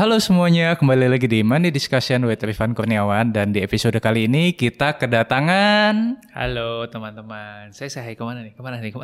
Halo semuanya, kembali lagi di Money Discussion with Rifan Kurniawan. Dan di episode kali ini kita kedatangan... Halo teman-teman, saya hai kemana nih?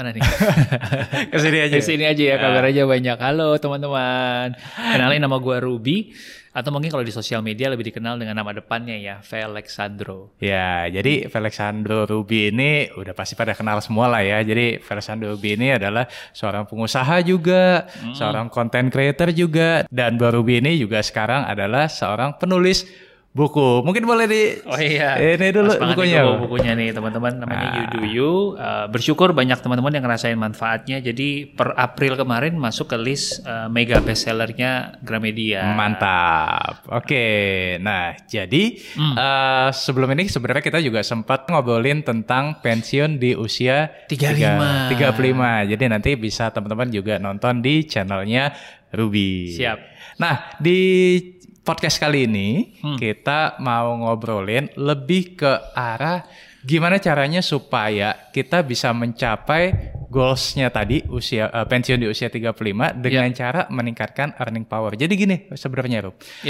Kesini aja. Kesini aja ya, kabar aja banyak. Halo teman-teman, kenalin nama gue Ruby. Atau mungkin kalau di sosial media lebih dikenal dengan nama depannya ya, Felixandro. Ya, jadi Felixandro Ruby ini udah pasti pada kenal semua lah ya. Jadi Felixandro Ruby ini adalah seorang pengusaha juga, seorang content creator juga. Dan Bro Ruby ini juga sekarang adalah seorang penulis buku. Mungkin boleh Oh iya. Ini dulu bukunya. Bukunya nih teman-teman, namanya You Do You. Bersyukur banyak teman-teman yang ngerasain manfaatnya. Jadi per April kemarin masuk ke list mega bestsellernya Gramedia. Mantap. Oke. Nah, jadi sebelum ini sebenarnya kita juga sempat ngobrolin tentang pensiun di usia 35. Jadi nanti bisa teman-teman juga nonton di channelnya Ruby. Siap. Nah, di podcast kali ini kita mau ngobrolin lebih ke arah gimana caranya supaya kita bisa mencapai goals-nya tadi pensiun di usia 35 dengan cara meningkatkan earning power. Jadi gini sebenarnya Rub.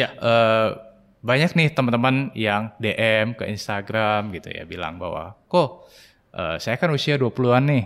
Banyak nih teman-teman yang DM ke Instagram gitu ya bilang bahwa saya kan usia 20-an nih.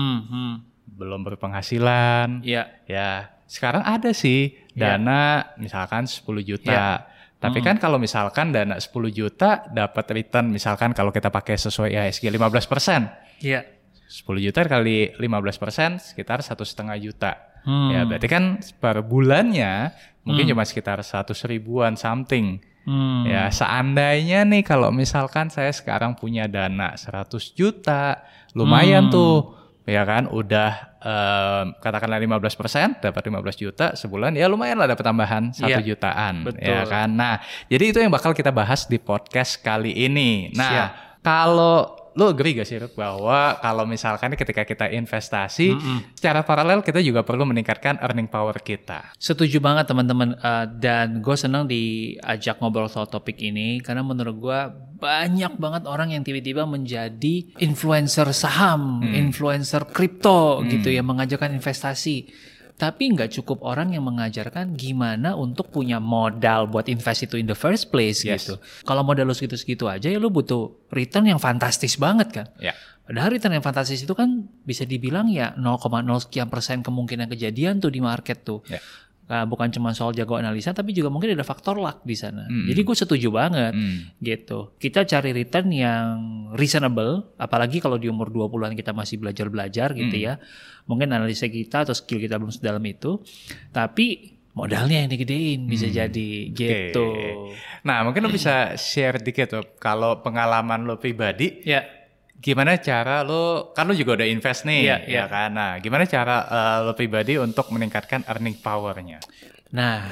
Belum berpenghasilan. Ya, sekarang ada sih dana misalkan 10 juta. Tapi kan kalau misalkan dana 10 juta dapat return misalkan kalau kita pakai sesuai IHSG 15%. Iya. 10 juta kali 15% sekitar 1,5 juta. Ya berarti kan per bulannya mungkin cuma sekitar 100 ribuan something. Ya seandainya nih kalau misalkan saya sekarang punya dana 100 juta lumayan tuh. Ya kan udah katakanlah 15% dapat 15 juta sebulan ya lumayan lah dapat tambahan 1 jutaan. Betul. Ya kan. Nah, jadi itu yang bakal kita bahas di podcast kali ini. Nah, kalau lo agree gak sih Ruk, bahwa kalau misalkan ketika kita investasi secara paralel kita juga perlu meningkatkan earning power kita. Setuju banget teman-teman, dan gue senang diajak ngobrol soal topik ini karena menurut gue banyak banget orang yang tiba-tiba menjadi influencer saham, influencer kripto gitu ya, mengajarkan investasi. Tapi nggak cukup orang yang mengajarkan gimana untuk punya modal buat invest itu in the first place gitu. Kalau modal lu segitu-segitu aja ya lu butuh return yang fantastis banget kan. Padahal return yang fantastis itu kan bisa dibilang ya 0,0 sekian persen kemungkinan kejadian tuh di market tuh. Bukan cuma soal jago analisa tapi juga mungkin ada faktor luck di sana. Jadi gue setuju banget gitu. Kita cari return yang reasonable, apalagi kalau di umur 20-an kita masih belajar-belajar gitu ya. Mungkin analisa kita atau skill kita belum sedalam itu, tapi modalnya yang digedein bisa jadi gitu. Nah, mungkin lo bisa share dikit tuh kalau pengalaman lo pribadi. Gimana cara lo, kan lo juga udah invest nih, ya kan? Nah, gimana cara lo pribadi untuk meningkatkan earning power-nya? Nah,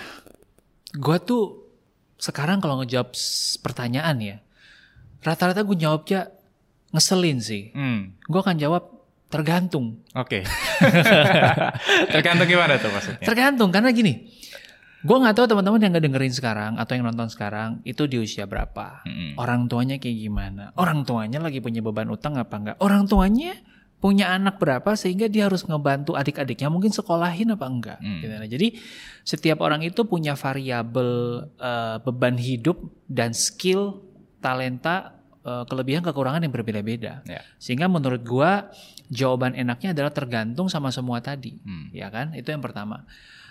gue tuh sekarang kalau ngejawab pertanyaan ya, rata-rata gue jawabnya ngeselin sih. Gue akan jawab tergantung. Oke. Tergantung gimana tuh maksudnya? Tergantung, karena gini. Gue gak tahu teman-teman yang ngedengerin sekarang atau yang nonton sekarang itu di usia berapa. Orang tuanya kayak gimana. Orang tuanya lagi punya beban utang apa enggak. Orang tuanya punya anak berapa sehingga dia harus ngebantu adik-adiknya mungkin sekolahin apa enggak. Gitu. Jadi setiap orang itu punya variabel beban hidup dan skill, talenta, kelebihan kekurangan yang berbeda-beda. Sehingga menurut gue jawaban enaknya adalah tergantung sama semua tadi. Ya kan? Itu yang pertama.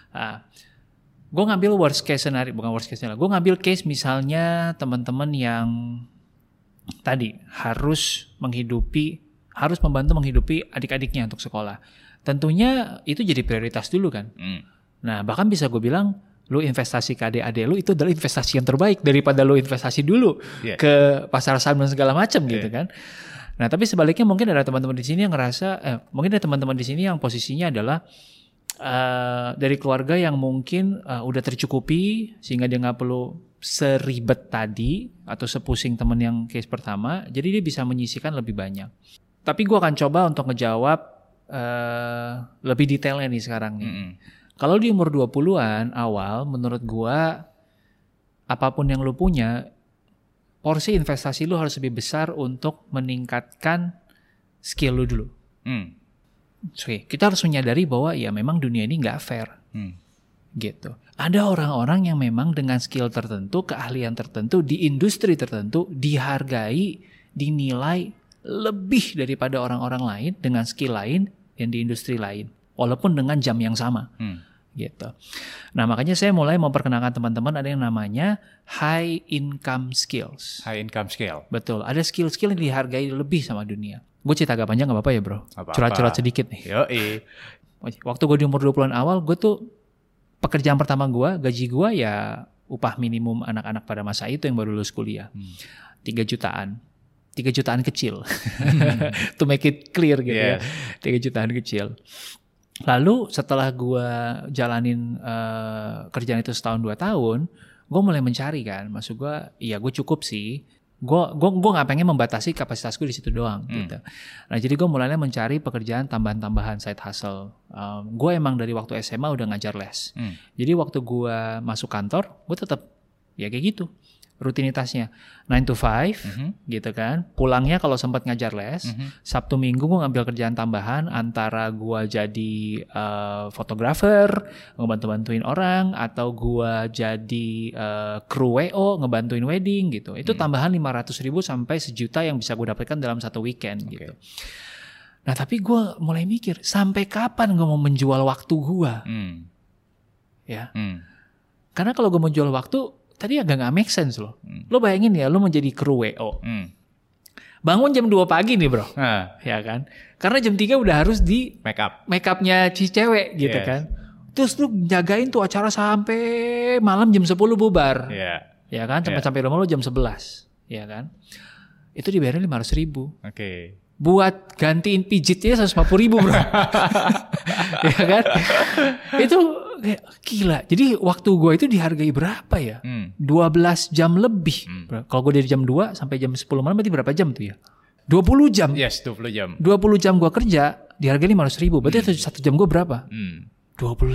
Gue ngambil worst case scenario, bukan worst case scenario. Gue ngambil case misalnya teman-teman yang tadi harus membantu menghidupi adik-adiknya untuk sekolah. Tentunya itu jadi prioritas dulu kan. Nah bahkan bisa gue bilang, lu investasi ke adik-adik lu itu adalah investasi yang terbaik daripada lu investasi dulu ke pasar saham dan segala macam gitu kan. Nah tapi sebaliknya mungkin ada teman-teman di sini yang ngerasa, mungkin ada teman-teman di sini yang posisinya adalah dari keluarga yang mungkin udah tercukupi sehingga dia nggak perlu seribet tadi atau sepusing temen yang case pertama, jadi dia bisa menyisihkan lebih banyak. Tapi gue akan coba untuk ngejawab lebih detailnya nih sekarang nih. Kalau di umur 20-an awal, menurut gue apapun yang lu punya, porsi investasi lu harus lebih besar untuk meningkatkan skill lu dulu. Oke, kita harus menyadari bahwa ya memang dunia ini nggak fair. Gitu. Ada orang-orang yang memang dengan skill tertentu, keahlian tertentu di industri tertentu dihargai, dinilai lebih daripada orang-orang lain dengan skill lain yang di industri lain, walaupun dengan jam yang sama. Gitu. Nah, makanya saya mulai memperkenalkan teman-teman ada yang namanya high income skills. High income skill. Betul. Ada skill-skill yang dihargai lebih sama dunia. Gue cerita agak panjang gak apa-apa ya bro? Curhat-curhat sedikit nih. Yoi. Waktu gue di umur 20-an awal, gue tuh pekerjaan pertama gue, gaji gue ya upah minimum anak-anak pada masa itu yang baru lulus kuliah. 3 jutaan. 3 jutaan kecil. To make it clear gitu ya. 3 jutaan kecil. Lalu setelah gue jalanin kerjaan itu setahun 2 tahun, gue mulai mencari kan. Maksud gue, iya gue cukup sih. Gue gak pengen membatasi kapasitas gue di situ doang gitu. Nah jadi gue mulainya mencari pekerjaan tambahan-tambahan side hustle. Gue emang dari waktu SMA udah ngajar les. Jadi waktu gue masuk kantor, gue tetap ya kayak gitu rutinitasnya 9 to 5 gitu kan. Pulangnya kalau sempat ngajar les, Sabtu Minggu gue ngambil kerjaan tambahan antara gue jadi fotografer, ngebantu-bantuin orang, atau gue jadi kru WO, ngebantuin wedding gitu. Itu tambahan 500.000 sampai 1 juta yang bisa gue dapatkan dalam satu weekend gitu. Nah tapi gue mulai mikir, sampai kapan gue mau menjual waktu gue? Ya. Karena kalau gue menjual waktu, tadi agak gak make sense loh. Lo bayangin ya, lo menjadi kru WO. Bangun jam 2 pagi nih bro. Ya kan? Karena jam 3 udah harus di make upnya si cewek gitu kan. Terus lu jagain tuh acara sampai malam jam 10 bubar. Ya kan? Sampai rumah lo jam 11. Ya kan? Itu dibayarin 500.000. Buat gantiin pijitnya 150.000 bro. Ya kan? Itu gila. Jadi waktu gue itu dihargai berapa ya? 12 jam lebih. Kalau gue dari jam 2 sampai jam 10 malam berarti berapa jam tuh ya? 20 jam. Yes, 20 jam. 20 jam gue kerja dihargai 500.000. Berarti 1 jam gue berapa? 25.000.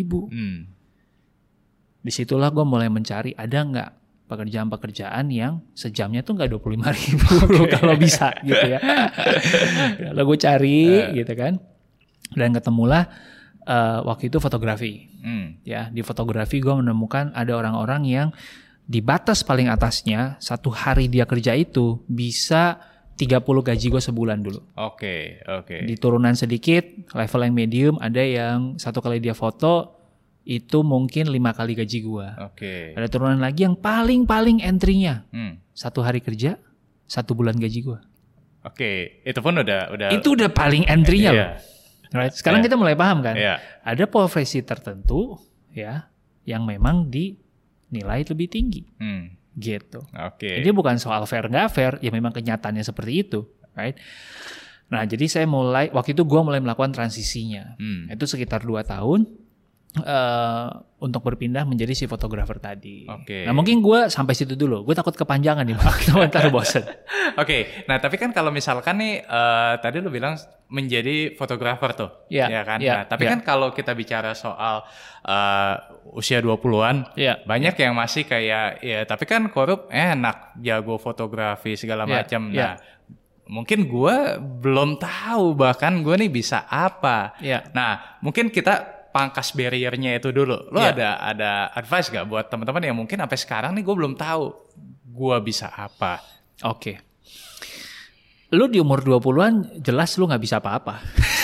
Disitulah gue mulai mencari ada nggak pekerjaan-pekerjaan yang sejamnya tuh nggak 25.000 kalau bisa gitu ya. Lalu gue cari gitu kan, dan ketemulah waktu itu fotografi. Ya di fotografi gue menemukan ada orang-orang yang di batas paling atasnya 1 hari dia kerja itu bisa 30 gaji gue sebulan dulu. Di turunan sedikit, level yang medium, ada yang 1 kali dia foto itu mungkin 5 kali gaji gue. Ada turunan lagi yang paling entry-nya 1 hari kerja 1 bulan gaji gue. Itu pun udah. Itu udah paling entry-nya loh. Right? Sekarang kita mulai paham kan? Ada profesi tertentu ya yang memang dinilai lebih tinggi. Gitu. Jadi bukan soal fair nggak fair, ya memang kenyataannya seperti itu, right? Nah, jadi saya mulai waktu itu gue mulai melakukan transisinya. Itu sekitar 2 tahun. Untuk berpindah menjadi si fotografer tadi. Nah mungkin gue sampai situ dulu. Gue takut kepanjangan nih, ntar bosen. Nah tapi kan kalau misalkan nih tadi lu bilang menjadi fotografer tuh, ya kan? Nah, tapi kan kalau kita bicara soal usia 20-an, banyak yang masih kayak ya tapi kan korup enak, jago fotografi segala macam. Nah mungkin gue belum tahu bahkan gue nih bisa apa. Nah mungkin kita pangkas barrier-nya itu dulu. Lo ada advice gak buat teman-teman yang mungkin sampai sekarang nih gue belum tahu gue bisa apa? Lo di umur 20-an jelas lo gak bisa apa-apa.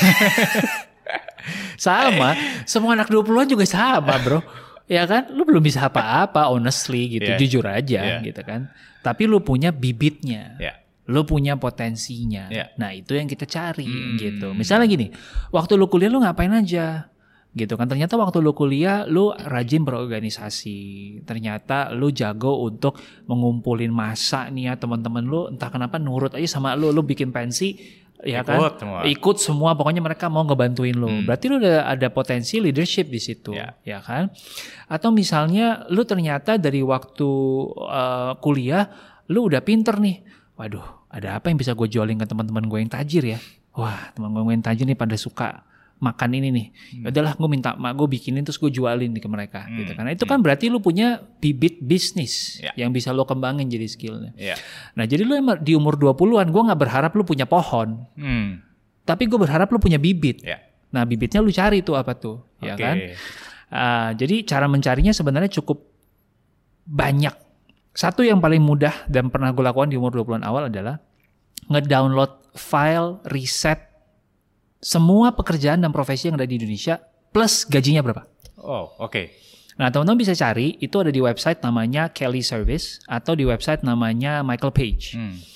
Sama, semua anak 20-an juga sama bro. Ya kan, lo belum bisa apa-apa honestly gitu, jujur aja gitu kan. Tapi lo punya bibitnya. Lo punya potensinya. Nah itu yang kita cari gitu. Misalnya gini, waktu lo kuliah lo ngapain aja? Gitu kan, ternyata waktu lu kuliah lu rajin berorganisasi, ternyata lu jago untuk mengumpulin massa nih ya teman-teman lu, entah kenapa nurut aja sama lu bikin pensi ya kan, ikut semua pokoknya mereka mau ngebantuin lu. Berarti lu udah ada potensi leadership di situ ya kan. Atau misalnya lu ternyata dari waktu kuliah lu udah pinter nih, waduh ada apa yang bisa gue jualin ke teman-teman gue yang tajir ya, wah teman gue yang tajir nih pada suka makan ini nih, udahlah gue minta mak gue bikinin terus gue jualin nih ke mereka gitu kan. Itu kan berarti lu punya bibit bisnis yang bisa lu kembangin jadi skillnya. Nah jadi lu emang di umur 20-an gue gak berharap lu punya pohon, tapi gue berharap lu punya bibit. Nah bibitnya lu cari tuh apa tuh, ya kan. Jadi cara mencarinya sebenarnya cukup banyak. Satu yang paling mudah dan pernah gue lakukan di umur 20-an awal adalah nge-download file riset semua pekerjaan dan profesi yang ada di Indonesia plus gajinya berapa. Oh, oke. Nah, teman-teman bisa cari, itu ada di website namanya Kelly Service atau di website namanya Michael Page.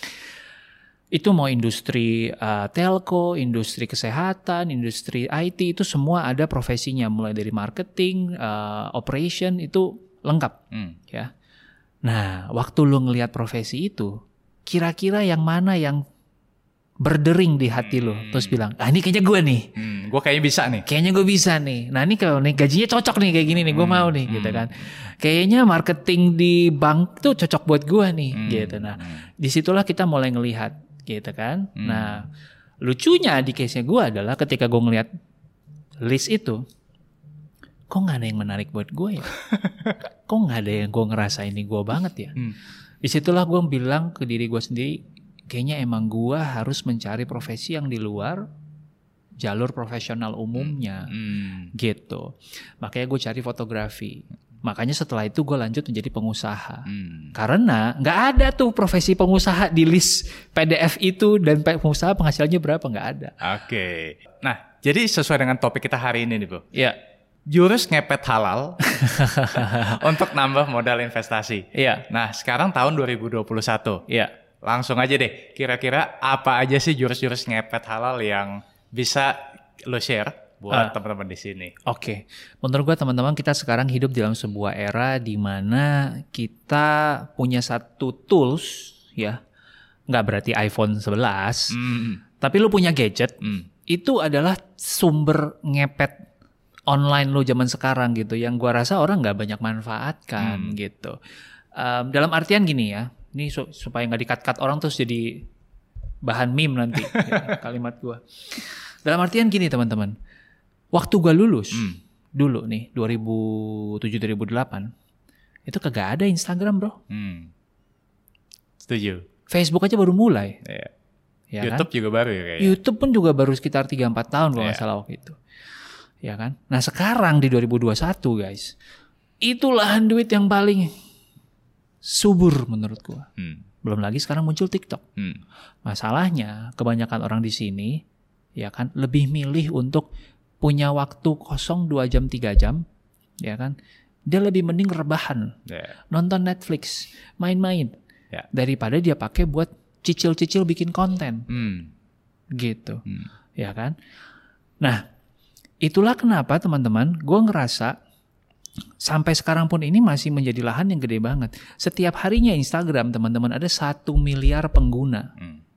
Itu mau industri telco, industri kesehatan, industri IT, itu semua ada profesinya. Mulai dari marketing, operation, itu lengkap. Ya. Nah, waktu lu ngelihat profesi itu, kira-kira yang mana yang berdering di hati lo, terus bilang, ini kayaknya gue nih. Gue kayaknya bisa nih. Kayaknya gue bisa nih. Nah ini kalau nih gajinya cocok nih kayak gini nih, gue mau nih gitu kan. Kayaknya marketing di bank tuh cocok buat gue nih gitu. Nah disitulah kita mulai ngelihat gitu kan. Nah lucunya di case-nya gue adalah ketika gue ngelihat list itu, kok gak ada yang menarik buat gue ya? Kok gak ada yang gue ngerasa ini gue banget ya? Disitulah gue bilang ke diri gue sendiri, kayaknya emang gue harus mencari profesi yang di luar jalur profesional umumnya gitu. Makanya gue cari fotografi. Makanya setelah itu gue lanjut menjadi pengusaha. Karena gak ada tuh profesi pengusaha di list PDF itu, dan pengusaha penghasilannya berapa, gak ada. Oke. Nah jadi sesuai dengan topik kita hari ini nih Bu. Iya. Jurus ngepet halal untuk nambah modal investasi. Iya. Nah sekarang tahun 2021. Iya. Langsung aja deh, kira-kira apa aja sih jurus-jurus ngepet halal yang bisa lo share buat teman-teman di sini? Oke. Menurut gue teman-teman, kita sekarang hidup dalam sebuah era di mana kita punya satu tools ya. Nggak berarti iPhone 11, tapi lo punya gadget, itu adalah sumber ngepet online lo zaman sekarang gitu, yang gue rasa orang nggak banyak manfaatkan gitu. Dalam artian gini ya, ini supaya nggak di-cut-cut orang terus jadi bahan meme nanti ya, kalimat gue. Dalam artian gini teman-teman, waktu gue lulus dulu nih 2007-2008 itu kagak ada Instagram bro. Setuju. Facebook aja baru mulai. Ya YouTube kan? juga baru ya kayaknya. YouTube pun juga baru sekitar 3-4 tahun kalau nggak salah waktu itu. Ya kan? Nah sekarang di 2021 guys, itu lahan duit yang paling subur menurut gua. Belum lagi sekarang muncul TikTok. Masalahnya kebanyakan orang di sini ya kan lebih milih untuk punya waktu kosong 2 jam 3 jam, ya kan? Dia lebih mending rebahan, nonton Netflix, main-main, daripada dia pakai buat cicil-cicil bikin konten. Gitu. Ya kan? Nah, itulah kenapa teman-teman, gue ngerasa sampai sekarang pun ini masih menjadi lahan yang gede banget. Setiap harinya Instagram teman-teman ada 1 miliar pengguna.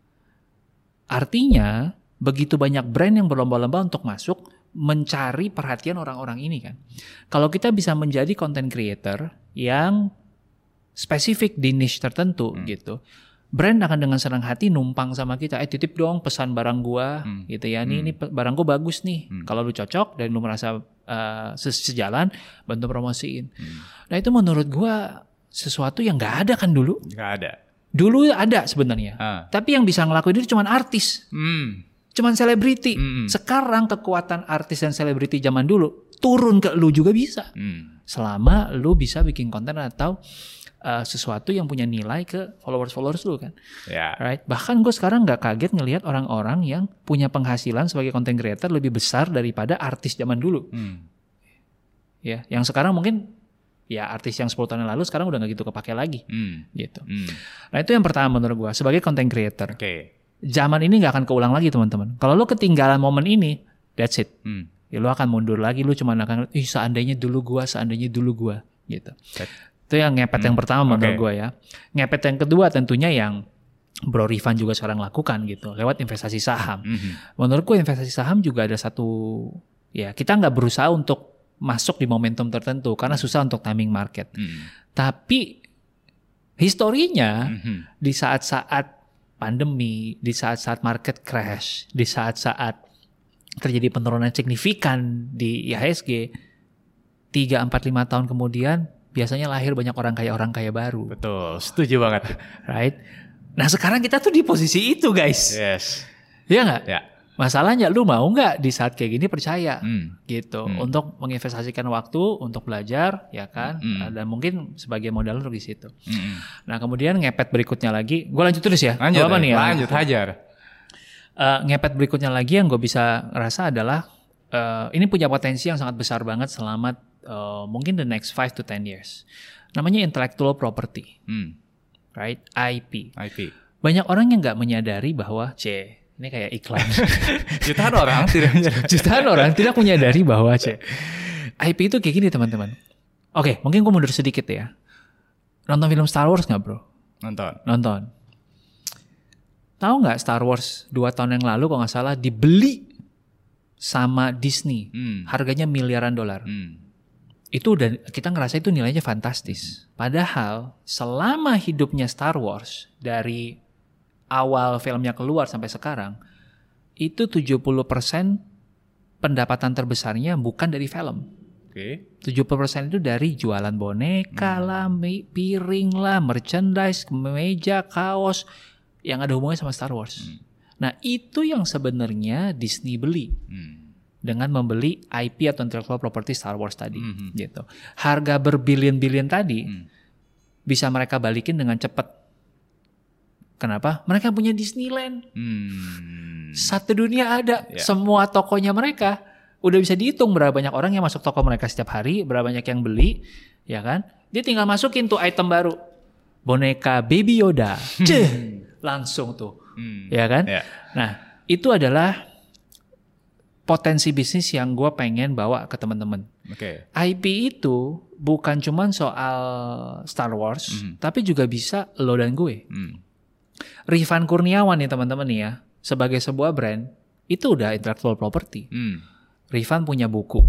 Artinya begitu banyak brand yang berlomba-lomba untuk masuk mencari perhatian orang-orang ini kan. Kalau kita bisa menjadi content creator yang spesifik di niche tertentu gitu, brand akan dengan senang hati numpang sama kita, titip dong pesan barang gua gitu ya, ini barang gua bagus nih, kalau lu cocok dan lu merasa sejalan, bantu promosiin. Nah itu menurut gua sesuatu yang nggak ada kan dulu. Nggak ada. Dulu ada sebenarnya, tapi yang bisa ngelakuin itu cuma artis, cuma selebriti. Sekarang kekuatan artis dan selebriti zaman dulu turun ke lu juga bisa, selama lu bisa bikin konten atau sesuatu yang punya nilai ke followers lu kan. Right? Bahkan gue sekarang nggak kaget ngelihat orang-orang yang punya penghasilan sebagai content creator lebih besar daripada artis zaman dulu. Ya, yang sekarang mungkin ya artis yang 10 tahun yang lalu sekarang udah nggak gitu kepake lagi. Gitu. Nah itu yang pertama menurut gue sebagai content creator. Zaman ini nggak akan keulang lagi teman-teman. Kalau lo ketinggalan momen ini, that's it. Ya lo akan mundur lagi. Lo cuma akan seandainya dulu gua gitu. Itu yang ngepet yang pertama menurut gue ya. Ngepet yang kedua tentunya yang Bro Rifan juga sekarang lakukan gitu, lewat investasi saham. Menurut gue investasi saham juga ada satu, ya kita nggak berusaha untuk masuk di momentum tertentu karena susah untuk timing market. Tapi historinya di saat-saat pandemi, di saat-saat market crash, di saat-saat terjadi penurunan signifikan di IHSG, 3, 4, 5 tahun kemudian biasanya lahir banyak orang kaya baru. Betul, setuju banget. Right? Nah sekarang kita tuh di posisi itu guys. Yes. Iya nggak? Ya. Masalahnya lu mau nggak di saat kayak gini percaya gitu untuk menginvestasikan waktu untuk belajar ya kan dan mungkin sebagai modal lu di situ. Nah kemudian ngepet berikutnya lagi, gue lanjut terus ya. Lanjut, nih ya? Lanjut hajar. Ngepet berikutnya lagi yang gue bisa rasa adalah ini punya potensi yang sangat besar banget selama mungkin the next 5 to 10 years. Namanya intellectual property, right? IP. Banyak orang yang nggak menyadari bahwa ini kayak iklan. Jutaan orang tidak menyadari bahwa IP itu kayak gini teman-teman. Oke, mungkin gue mundur sedikit ya. Nonton film Star Wars nggak bro? Nonton. Tahu nggak Star Wars 2 tahun yang lalu kalau nggak salah dibeli sama Disney, harganya miliaran dolar. Itu udah kita ngerasa itu nilainya fantastis. Padahal selama hidupnya Star Wars dari awal filmnya keluar sampai sekarang, itu 70% pendapatan terbesarnya bukan dari film. 70% itu dari jualan boneka lah, piring lah, merchandise, meja, kaos yang ada hubungannya sama Star Wars. Nah itu yang sebenarnya Disney beli dengan membeli IP atau intellectual property Star Wars tadi. Gitu. Harga berbilion-bilion tadi bisa mereka balikin dengan cepat. Kenapa? Mereka punya Disneyland. Satu dunia ada. Semua tokonya mereka. Udah bisa dihitung berapa banyak orang yang masuk toko mereka setiap hari. Berapa banyak yang beli. Ya kan? Dia tinggal masukin tuh item baru. Boneka Baby Yoda. Langsung tuh. Ya kan? Nah itu adalah potensi bisnis yang gue pengen bawa ke teman-teman. IP itu bukan cuma soal Star Wars. Tapi juga bisa lo dan gue. Rifan Kurniawan nih teman-teman nih ya, sebagai sebuah brand itu udah intellectual property. Rifan punya buku,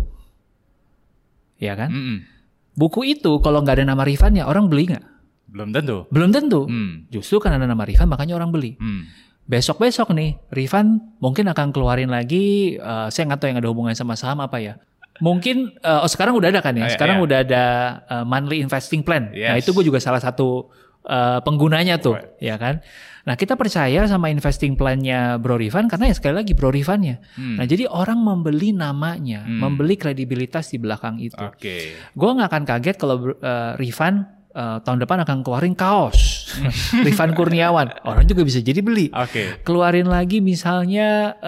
ya kan? Buku itu kalau nggak ada nama Rifannya orang beli nggak? Belum tentu. Justru karena ada nama Rifan makanya orang beli. Besok-besok nih Rifan mungkin akan keluarin lagi, saya nggak tahu yang ada hubungannya sama saham apa ya. Mungkin sekarang udah ada kan ya? Sekarang udah ada monthly investing plan. Nah itu gue juga salah satu penggunanya tuh, ya kan. Nah kita percaya sama investing plan-nya Bro Rifan karena ya sekali lagi Bro Rifan-nya. Nah jadi orang membeli namanya, membeli kredibilitas di belakang itu. Gue nggak akan kaget kalau Rifan tahun depan akan keluarin kaos Rifan Kurniawan, orang juga bisa jadi beli. Keluarin lagi misalnya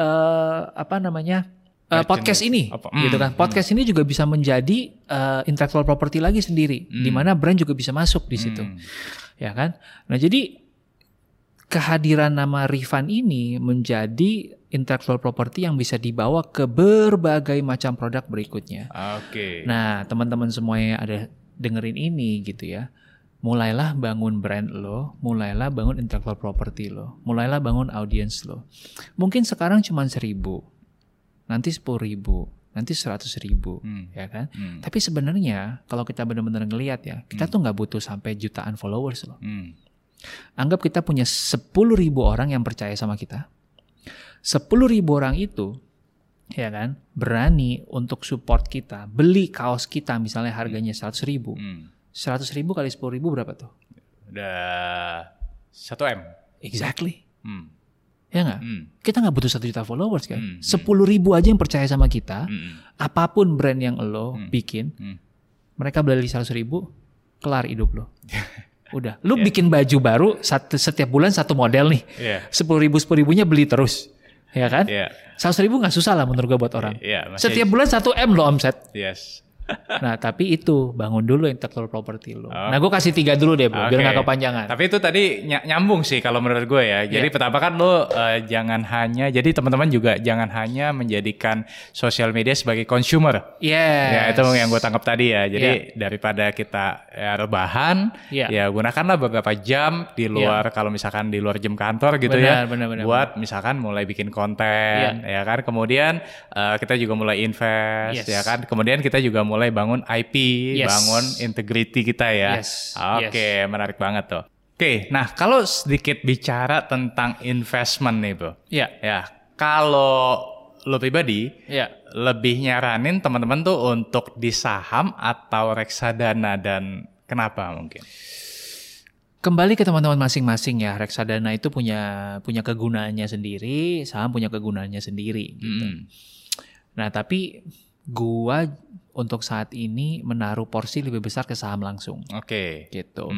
podcast ini, gitu kan. Podcast ini juga bisa menjadi intellectual property lagi sendiri, di mana brand juga bisa masuk di situ. Ya kan? Nah, jadi kehadiran nama Rifan ini menjadi intellectual property yang bisa dibawa ke berbagai macam produk berikutnya. Nah, teman-teman semuanya ada dengerin ini gitu ya. Mulailah bangun brand lo, mulailah bangun intellectual property lo, mulailah bangun audience lo. Mungkin sekarang cuma 1.000, nanti 10.000, nanti 100.000, ya kan? Tapi sebenarnya kalau kita benar-benar ngelihat ya, kita tuh nggak butuh sampai jutaan followers loh. Anggap kita punya 10.000 orang yang percaya sama kita. 10.000 orang itu, ya kan, berani untuk support kita, beli kaos kita misalnya harganya 100.000. 100.000 kali 10.000 berapa tuh? Udah 1 M. Exactly. Ya nggak? Kita nggak butuh 1 juta followers kan? 10.000 aja yang percaya sama kita, apapun brand yang lo bikin, mereka beli 100.000, kelar hidup lo. Udah, lu bikin baju baru setiap bulan 1 model nih, 10.000-10.000-nya beli terus, ya kan? 100.000 nggak susah lah menurut gue buat orang. Setiap bulan 1 M lo omset. Nah tapi itu bangun dulu intellectual property lo. Nah gue kasih 3 dulu deh bro, biar gak kepanjangan. Tapi itu tadi nyambung sih kalau menurut gue ya. Jadi pertama kan lo jangan hanya, jadi teman-teman juga jangan hanya menjadikan sosial media sebagai consumer. Ya itu yang gue tangkap tadi ya. Jadi daripada kita rebahan, ya gunakanlah beberapa jam di luar, kalau misalkan di luar jam kantor gitu benar. Buat misalkan mulai bikin konten, ya kan. Kemudian kita juga mulai invest, ya kan. Kemudian kita juga mulai bangun IP, bangun integrity kita ya. Oke, menarik banget tuh. Oke, nah kalau sedikit bicara tentang investment nih bro. Ya, kalau lo pribadi lebih nyaranin teman-teman tuh untuk di saham atau reksadana dan kenapa mungkin? Kembali ke teman-teman masing-masing ya, reksadana itu punya kegunaannya sendiri, saham punya kegunaannya sendiri gitu. Nah, tapi gua untuk saat ini menaruh porsi lebih besar ke saham langsung. Oke. Gitu.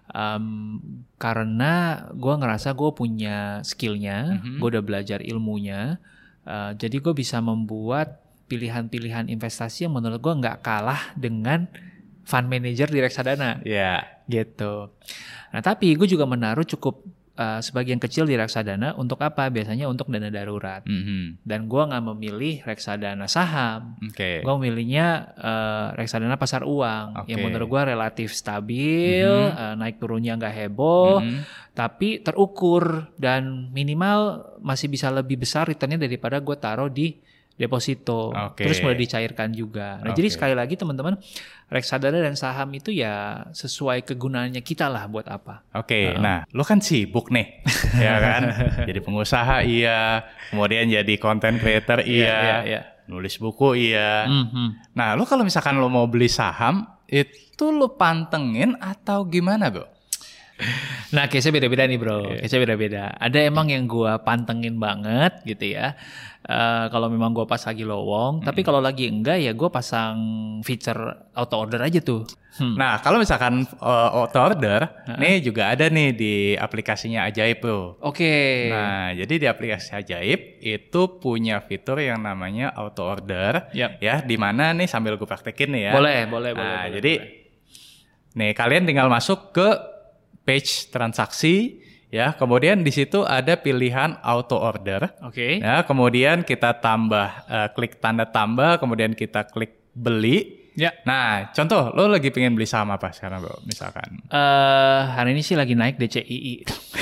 Karena gua ngerasa gua punya skillnya, gua udah belajar ilmunya, jadi gua bisa membuat pilihan-pilihan investasi yang menurut gua nggak kalah dengan fund manager di reksadana. Gitu. Nah, tapi gue juga menaruh cukup sebagian kecil di reksadana untuk apa? Biasanya untuk dana darurat. Dan gue nggak memilih reksadana saham. Gue memilihnya reksadana pasar uang yang menurut gue relatif stabil, naik turunnya nggak heboh, tapi terukur dan minimal masih bisa lebih besar returnnya daripada gue taruh di deposito. Terus mulai dicairkan juga. Nah, jadi sekali lagi teman-teman, reksadana dan saham itu ya sesuai kegunaannya kita lah buat apa. Nah lo kan sibuk nih, ya kan? Jadi pengusaha iya, kemudian jadi content creator iya, nulis buku iya. Nah lo kalau misalkan lo mau beli saham, itu lo pantengin atau gimana bro? Nah, case-nya beda-beda nih bro, case-nya beda-beda. Ada emang yang gue pantengin banget gitu ya. Kalau memang gue pas lagi lowong, tapi kalau lagi enggak ya gue pasang feature auto order aja tuh. Nah, kalau misalkan auto order, nih juga ada nih di aplikasinya Ajaib bro. Nah, jadi di aplikasi Ajaib itu punya fitur yang namanya auto order, ya, di mana nih sambil gue praktekin nih ya. Boleh. Jadi, nih kalian tinggal masuk ke page transaksi. Ya, kemudian di situ ada pilihan auto order. Ya, kemudian kita klik tanda tambah, kemudian kita klik beli. Nah, contoh, lo lagi pengen beli saham apa sekarang, bro? Misalkan. Hari ini sih lagi naik DCII.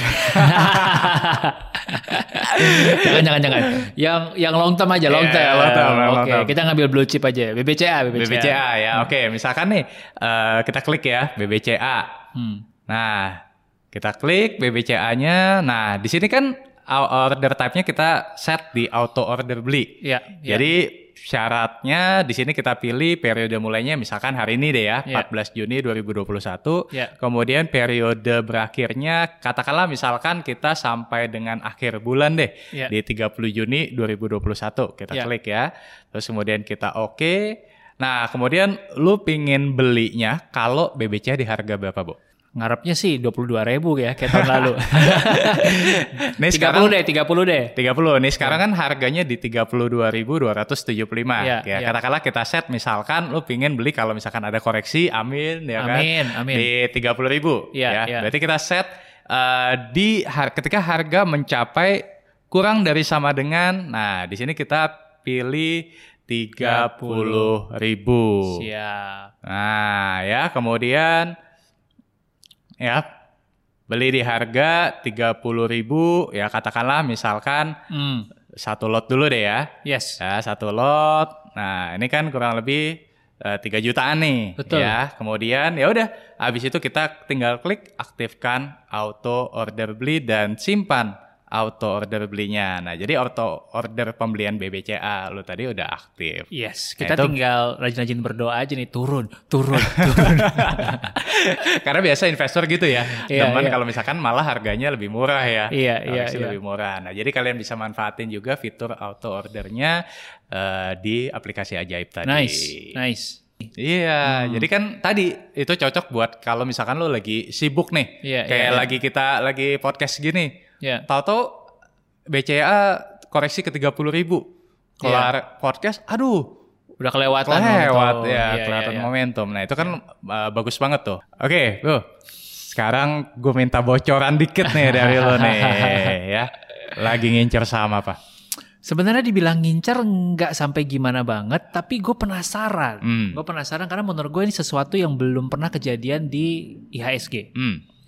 Jangan. Yang long term aja, long term. Kita ngambil blue chip aja. BBCA ya. Misalkan nih kita klik ya BBCA. Nah, kita klik BBCA-nya. Nah, di sini kan order type-nya kita set di auto order beli. Jadi syaratnya di sini kita pilih periode mulainya misalkan hari ini deh ya, 14 Juni 2021. Kemudian periode berakhirnya katakanlah misalkan kita sampai dengan akhir bulan deh, di 30 Juni 2021. Kita klik ya. Terus kemudian kita oke. Nah, kemudian lu pingin belinya kalau BBCA di harga berapa, Bu? Ngarepnya sih 22.000 ya kayak tahun lalu. Nih 30 deh. 30. Nih sekarang kan harganya di 32.275. Ya, katakanlah kita set misalkan lu pingin beli kalau misalkan ada koreksi, amin ya kan. Amin. Di 30.000 ya. Berarti kita set ketika harga mencapai kurang dari sama dengan, nah di sini kita pilih 30.000. Siap. Nah, ya kemudian ya beli di harga 30.000 ya, katakanlah misalkan satu lot dulu deh ya. Ya, satu lot. Nah, ini kan kurang lebih 3 jutaan nih. Betul. Ya, kemudian ya udah habis itu kita tinggal klik aktifkan auto order beli dan simpan auto order belinya. Nah, jadi auto order pembelian BBCA lu tadi udah aktif. Kita tinggal rajin-rajin berdoa aja nih, turun. Karena biasa investor gitu ya. Demen kalau misalkan malah harganya lebih murah ya. Lebih murah. Nah, jadi kalian bisa manfaatin juga fitur auto ordernya di aplikasi Ajaib tadi. Nice. Jadi kan tadi itu cocok buat kalau misalkan lo lagi sibuk nih. Kita lagi podcast gini. Tahu-tahu BCA koreksi ke 30.000. Kelar podcast, aduh, udah kelewatan kelihatan momentum. Nah, itu kan bagus banget tuh. Oke, Bro. Sekarang gue minta bocoran dikit nih dari lo nih ya. Lagi ngincer saham apa? Sebenarnya dibilang ngincer nggak sampai gimana banget, tapi gue penasaran. Gue penasaran karena menurut gue ini sesuatu yang belum pernah kejadian di IHSG.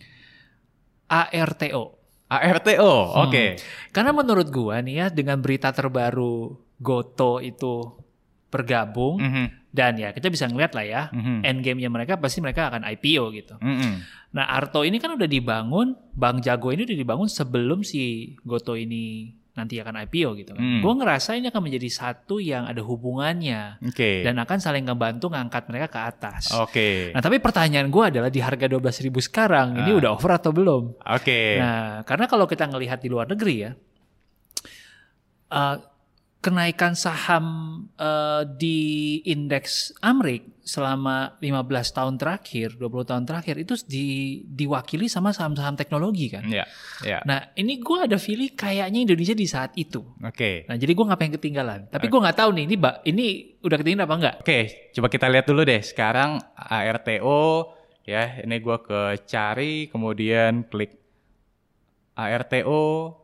ARTO, oke. Karena menurut gue nih ya, dengan berita terbaru Goto itu bergabung, dan ya kita bisa ngeliat lah ya, endgame-nya mereka pasti mereka akan IPO gitu. Nah, Arto ini kan udah dibangun, Bank Jago ini udah dibangun sebelum si Goto ini nanti akan IPO gitu kan. Gue ngerasa ini akan menjadi satu yang ada hubungannya dan akan saling ngebantu ngangkat mereka ke atas. Nah tapi pertanyaan gue adalah di harga 12.000 sekarang ini udah over atau belum? Nah karena kalau kita ngelihat di luar negeri ya, kenaikan saham di indeks Amrik selama 15 tahun terakhir, 20 tahun terakhir itu diwakili sama saham-saham teknologi kan. Nah ini gue ada feeling kayaknya Indonesia di saat itu. Nah jadi gue gak pengen ketinggalan. Tapi gue gak tahu nih ini udah ketinggalan apa enggak. Coba kita lihat dulu deh sekarang ARTO ya. Ini gue ke cari kemudian klik ARTO.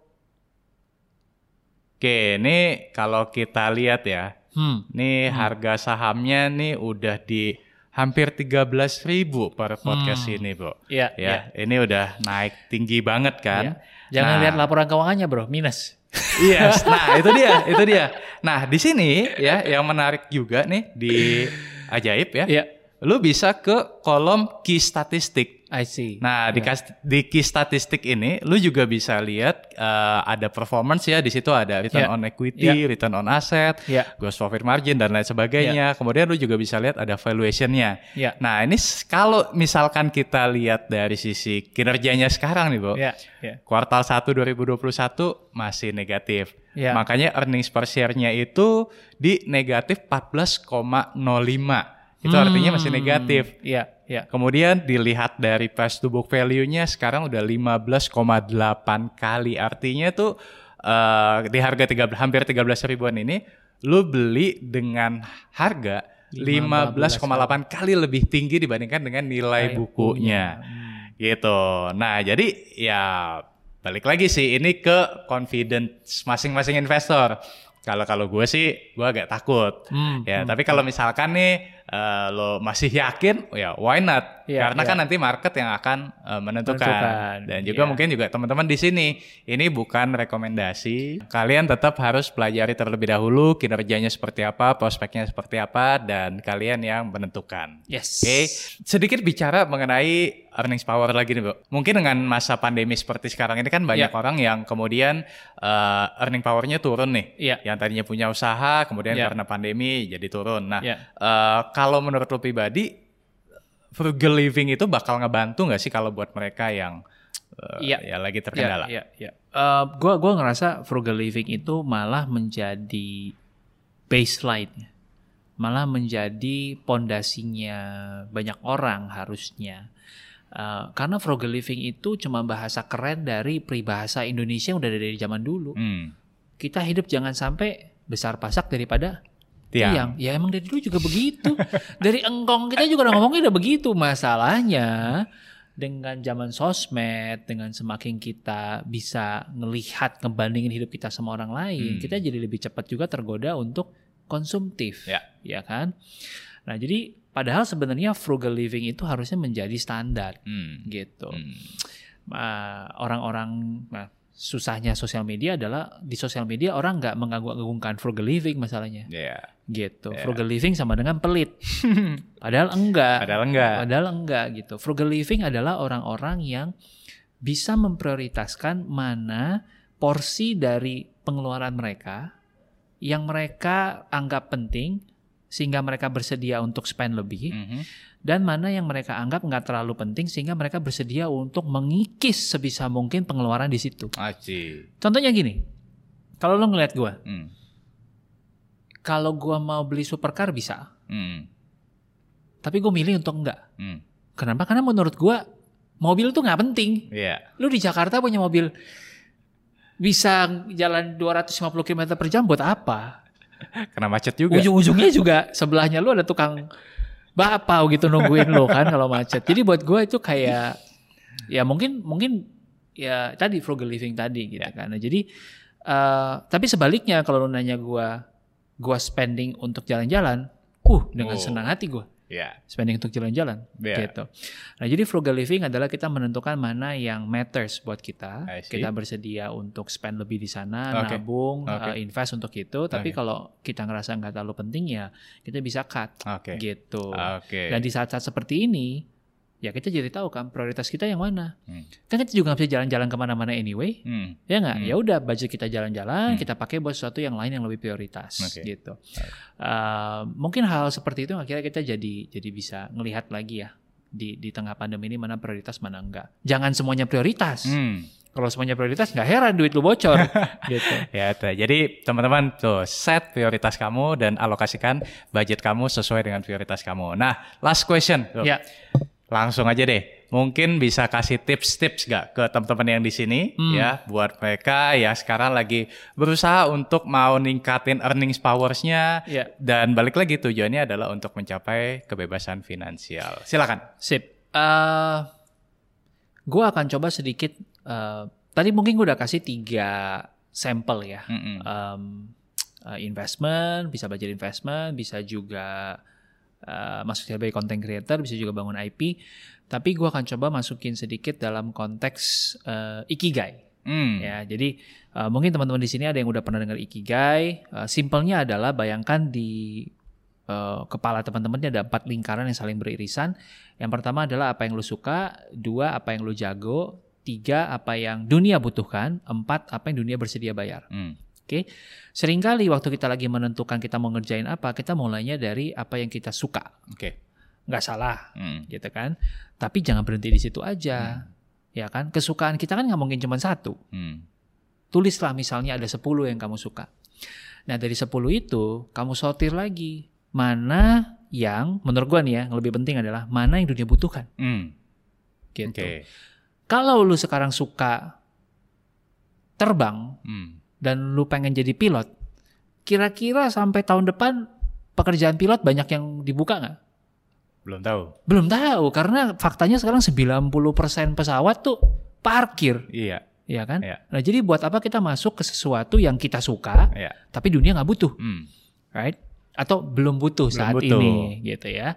Ini kalau kita lihat ya, nih harga sahamnya nih udah di hampir 13.000 per podcast ini, Bro. Ini udah naik tinggi banget kan. Jangan lihat laporan keuangannya, Bro, minus. Nah itu dia. Nah di sini ya yang menarik juga nih di Ajaib ya. Lu bisa ke kolom key statistik. I see. Nah, di key statistik ini lu juga bisa lihat ada performance ya, di situ ada return on equity, return on asset, gross profit margin dan lain sebagainya. Kemudian lu juga bisa lihat ada valuation-nya. Nah, ini kalau misalkan kita lihat dari sisi kinerjanya sekarang nih, Bro. Kuartal 1 2021 masih negatif. Makanya earnings per share-nya itu di negatif 14,05. Itu artinya masih negatif. Kemudian dilihat dari price to book value-nya sekarang udah 15,8 kali. Artinya tuh di harga hampir 13 ribuan ini lu beli dengan harga 15,8 kali lebih tinggi dibandingkan dengan nilai bukunya. Gitu. Nah, jadi ya balik lagi sih ini ke confidence masing-masing investor. Kalau gue sih gue agak takut. Tapi kalau misalkan nih lo masih yakin, ya why not? Karena kan nanti market yang akan menentukan. Dan juga mungkin juga teman-teman di sini ini bukan rekomendasi. Kalian tetap harus pelajari terlebih dahulu kinerjanya seperti apa, prospeknya seperti apa, dan kalian yang menentukan. Sedikit bicara mengenai earnings power lagi nih, Bro. Mungkin dengan masa pandemi seperti sekarang ini kan banyak orang yang kemudian earning powernya turun nih. Yang tadinya punya usaha kemudian karena pandemi jadi turun. Nah, kalau menurut lo pribadi frugal living itu bakal ngebantu nggak sih kalau buat mereka yang ya lagi terkendala? Gue ngerasa frugal living itu malah menjadi baseline, malah menjadi pondasinya banyak orang harusnya. Karena frugal living itu cuma bahasa keren dari peribahasa Indonesia yang udah dari zaman dulu. Kita hidup jangan sampai besar pasak daripada tiang. Ya emang dari dulu juga begitu. Dari engkong kita juga udah ngomongnya udah begitu. Masalahnya dengan zaman sosmed, dengan semakin kita bisa ngelihat, ngebandingin hidup kita sama orang lain, kita jadi lebih cepat juga tergoda untuk konsumtif. Ya kan? Nah jadi padahal sebenarnya frugal living itu harusnya menjadi standar gitu. Orang-orang susahnya sosial media adalah di sosial media orang nggak mengagung-agungkan frugal living masalahnya. Gitu. Frugal living sama dengan pelit. Padahal enggak gitu. Frugal living adalah orang-orang yang bisa memprioritaskan mana porsi dari pengeluaran mereka yang mereka anggap penting sehingga mereka bersedia untuk spend lebih, dan mana yang mereka anggap nggak terlalu penting sehingga mereka bersedia untuk mengikis sebisa mungkin pengeluaran di situ. Contohnya gini, kalau lo ngeliat gue, kalau gue mau beli supercar bisa, tapi gue milih untuk enggak. Kenapa? Karena menurut gue mobil tuh nggak penting. Lo di Jakarta punya mobil bisa jalan 250 km per jam buat apa? Karena macet juga. Ujung-ujungnya juga sebelahnya lu ada tukang bakpao gitu nungguin lu kan kalau macet. Jadi buat gue itu kayak ya mungkin ya tadi frugal living tadi gitu kan. Nah, jadi tapi sebaliknya kalau lu nanya gue spending untuk jalan-jalan, dengan senang hati gue. Spending untuk jalan-jalan gitu. Nah, jadi frugal living adalah kita menentukan mana yang matters buat kita. Kita bersedia untuk spend lebih di sana, nabung, invest untuk itu. Tapi kalau kita ngerasa nggak terlalu penting ya kita bisa cut gitu. Dan di saat-saat seperti ini ya kita jadi tahu kan prioritas kita yang mana. Kan kita juga nggak bisa jalan-jalan kemana-mana anyway, ya nggak? Ya udah budget kita jalan-jalan, kita pakai buat sesuatu yang lain yang lebih prioritas, gitu. Mungkin hal seperti itu akhirnya kita jadi bisa ngelihat lagi ya di tengah pandemi ini mana prioritas mana enggak. Jangan semuanya prioritas. Kalau semuanya prioritas nggak heran duit lu bocor gitu. Ya, jadi teman-teman tuh set prioritas kamu dan alokasikan budget kamu sesuai dengan prioritas kamu. Nah, last question. Ya. Langsung aja deh. Mungkin bisa kasih tips-tips gak ke teman-teman yang di sini ya buat mereka ya sekarang lagi berusaha untuk mau ningkatin earnings powers-nya dan balik lagi tujuannya adalah untuk mencapai kebebasan finansial. Silakan. Sip. Gue akan coba sedikit. Tadi mungkin gue udah kasih 3 sampel ya. Investment, bisa belajar investment, bisa juga masuk sebagai content creator, bisa juga bangun IP. Tapi gue akan coba masukin sedikit dalam konteks ikigai. Ya, jadi mungkin teman-teman di sini ada yang udah pernah dengar ikigai. Simpelnya adalah bayangkan di kepala teman-temannya ada 4 lingkaran yang saling beririsan. Yang pertama adalah apa yang lu suka, 2 apa yang lu jago, 3 apa yang dunia butuhkan, 4 apa yang dunia bersedia bayar. Oke. Seringkali waktu kita lagi menentukan kita mau ngerjain apa, kita mulainya dari apa yang kita suka. Nggak salah, gitu kan. Tapi jangan berhenti di situ aja, ya kan. Kesukaan kita kan nggak mungkin cuma 1. Tulislah misalnya ada 10 yang kamu suka. Nah dari 10 itu kamu sortir lagi mana yang menurut gua nih ya yang lebih penting adalah mana yang dunia butuhkan. Gitu. Kalau lu sekarang suka terbang dan lu pengen jadi pilot, kira-kira sampai tahun depan pekerjaan pilot banyak yang dibuka nggak? Belum tahu karena faktanya sekarang 90% pesawat tuh parkir. Iya kan? Nah jadi buat apa kita masuk ke sesuatu yang kita suka, tapi dunia nggak butuh, right? Atau belum butuh saat ini, gitu ya.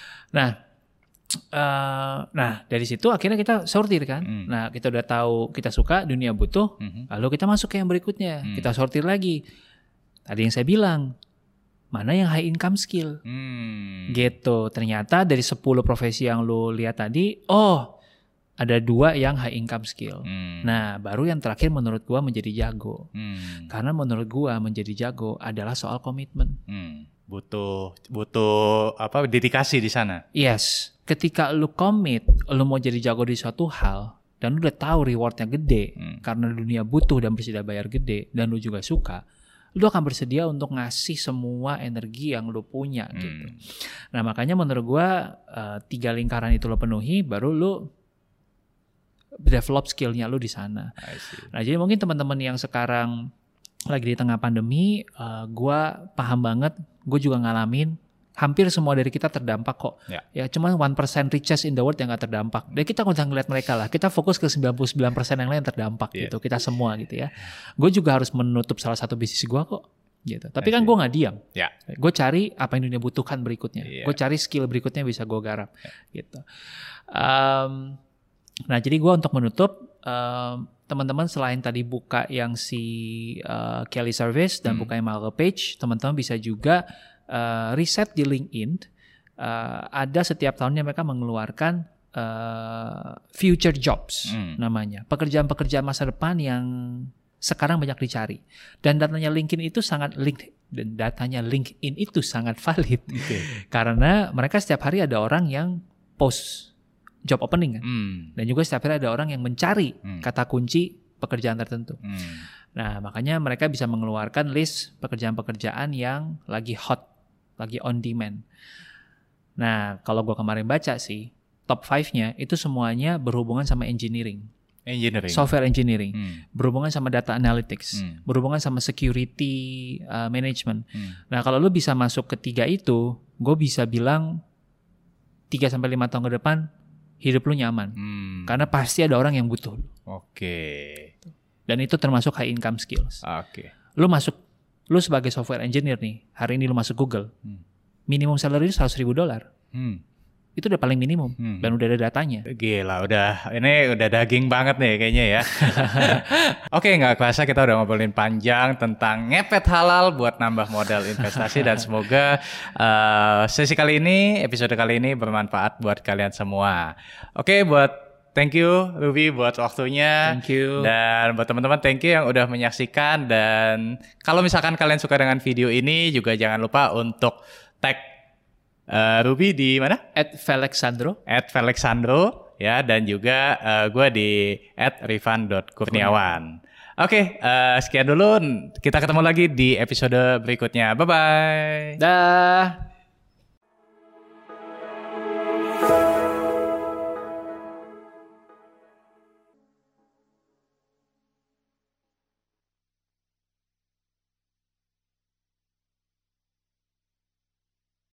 Nah dari situ akhirnya kita sortir kan. Nah kita udah tahu kita suka, dunia butuh, lalu kita masuk ke yang berikutnya. Kita sortir lagi. Tadi yang saya bilang, mana yang high income skill, gitu. Ternyata dari 10 profesi yang lu lihat tadi, ada 2 yang high income skill. Nah baru yang terakhir menurut gua menjadi jago. Karena menurut gua menjadi jago adalah soal komitmen. Butuh apa dedikasi di sana. Yes, ketika lu komit, lu mau jadi jago di suatu hal dan lu udah tahu rewardnya gede karena dunia butuh dan bersedia bayar gede dan lu juga suka, lu akan bersedia untuk ngasih semua energi yang lu punya gitu. Nah makanya menurut gua 3 lingkaran itu lu penuhi, baru lu develop skillnya lu di sana. Nah jadi mungkin teman-teman yang sekarang lagi di tengah pandemi, gue paham banget, gue juga ngalamin, hampir semua dari kita terdampak kok. Ya cuma 1% richest in the world yang gak terdampak. Dan kita nggak usah ngeliat mereka lah, kita fokus ke 99% yang lain terdampak gitu, kita semua gitu ya. Gue juga harus menutup salah satu bisnis gue kok. Gitu. Tapi kan gue gak diam, gue cari apa yang dunia butuhkan berikutnya, gue cari skill berikutnya bisa gue garap. Gitu. Nah jadi gue untuk menutup, teman-teman selain tadi buka yang si Kelly Service dan buka yang Malcolm Page, teman-teman bisa juga riset di LinkedIn. Ada setiap tahunnya mereka mengeluarkan future jobs namanya, pekerjaan-pekerjaan masa depan yang sekarang banyak dicari. Dan datanya LinkedIn itu sangat valid karena mereka setiap hari ada orang yang post job opening kan. Dan juga setiap hari ada orang yang mencari kata kunci pekerjaan tertentu. Nah makanya mereka bisa mengeluarkan list pekerjaan-pekerjaan yang lagi hot, lagi on demand. Nah kalau gue kemarin baca sih, top 5-nya itu semuanya berhubungan sama engineering. Software engineering, berhubungan sama data analytics, berhubungan sama security management. Nah kalau lu bisa masuk ke 3 itu, gue bisa bilang 3-5 tahun ke depan hidup lu nyaman, karena pasti ada orang yang butuh lu. Dan itu termasuk high income skills. Lu sebagai software engineer nih, hari ini lu masuk Google, minimum salary $100,000. itu udah paling minimum dan udah ada datanya. Gila, ini udah daging banget nih kayaknya ya. Oke, nggak kerasa kita udah ngobrolin panjang tentang ngepet halal buat nambah modal investasi dan semoga episode kali ini bermanfaat buat kalian semua. Oke, thank you Ruby buat waktunya. Thank you. Dan buat teman-teman thank you yang udah menyaksikan, dan kalau misalkan kalian suka dengan video ini juga jangan lupa untuk tag Ruby di mana? @Felixsandro ya, dan juga gue di @rifan.kurniawan. Oke, sekian dulu. Kita ketemu lagi di episode berikutnya. Bye-bye. Dah.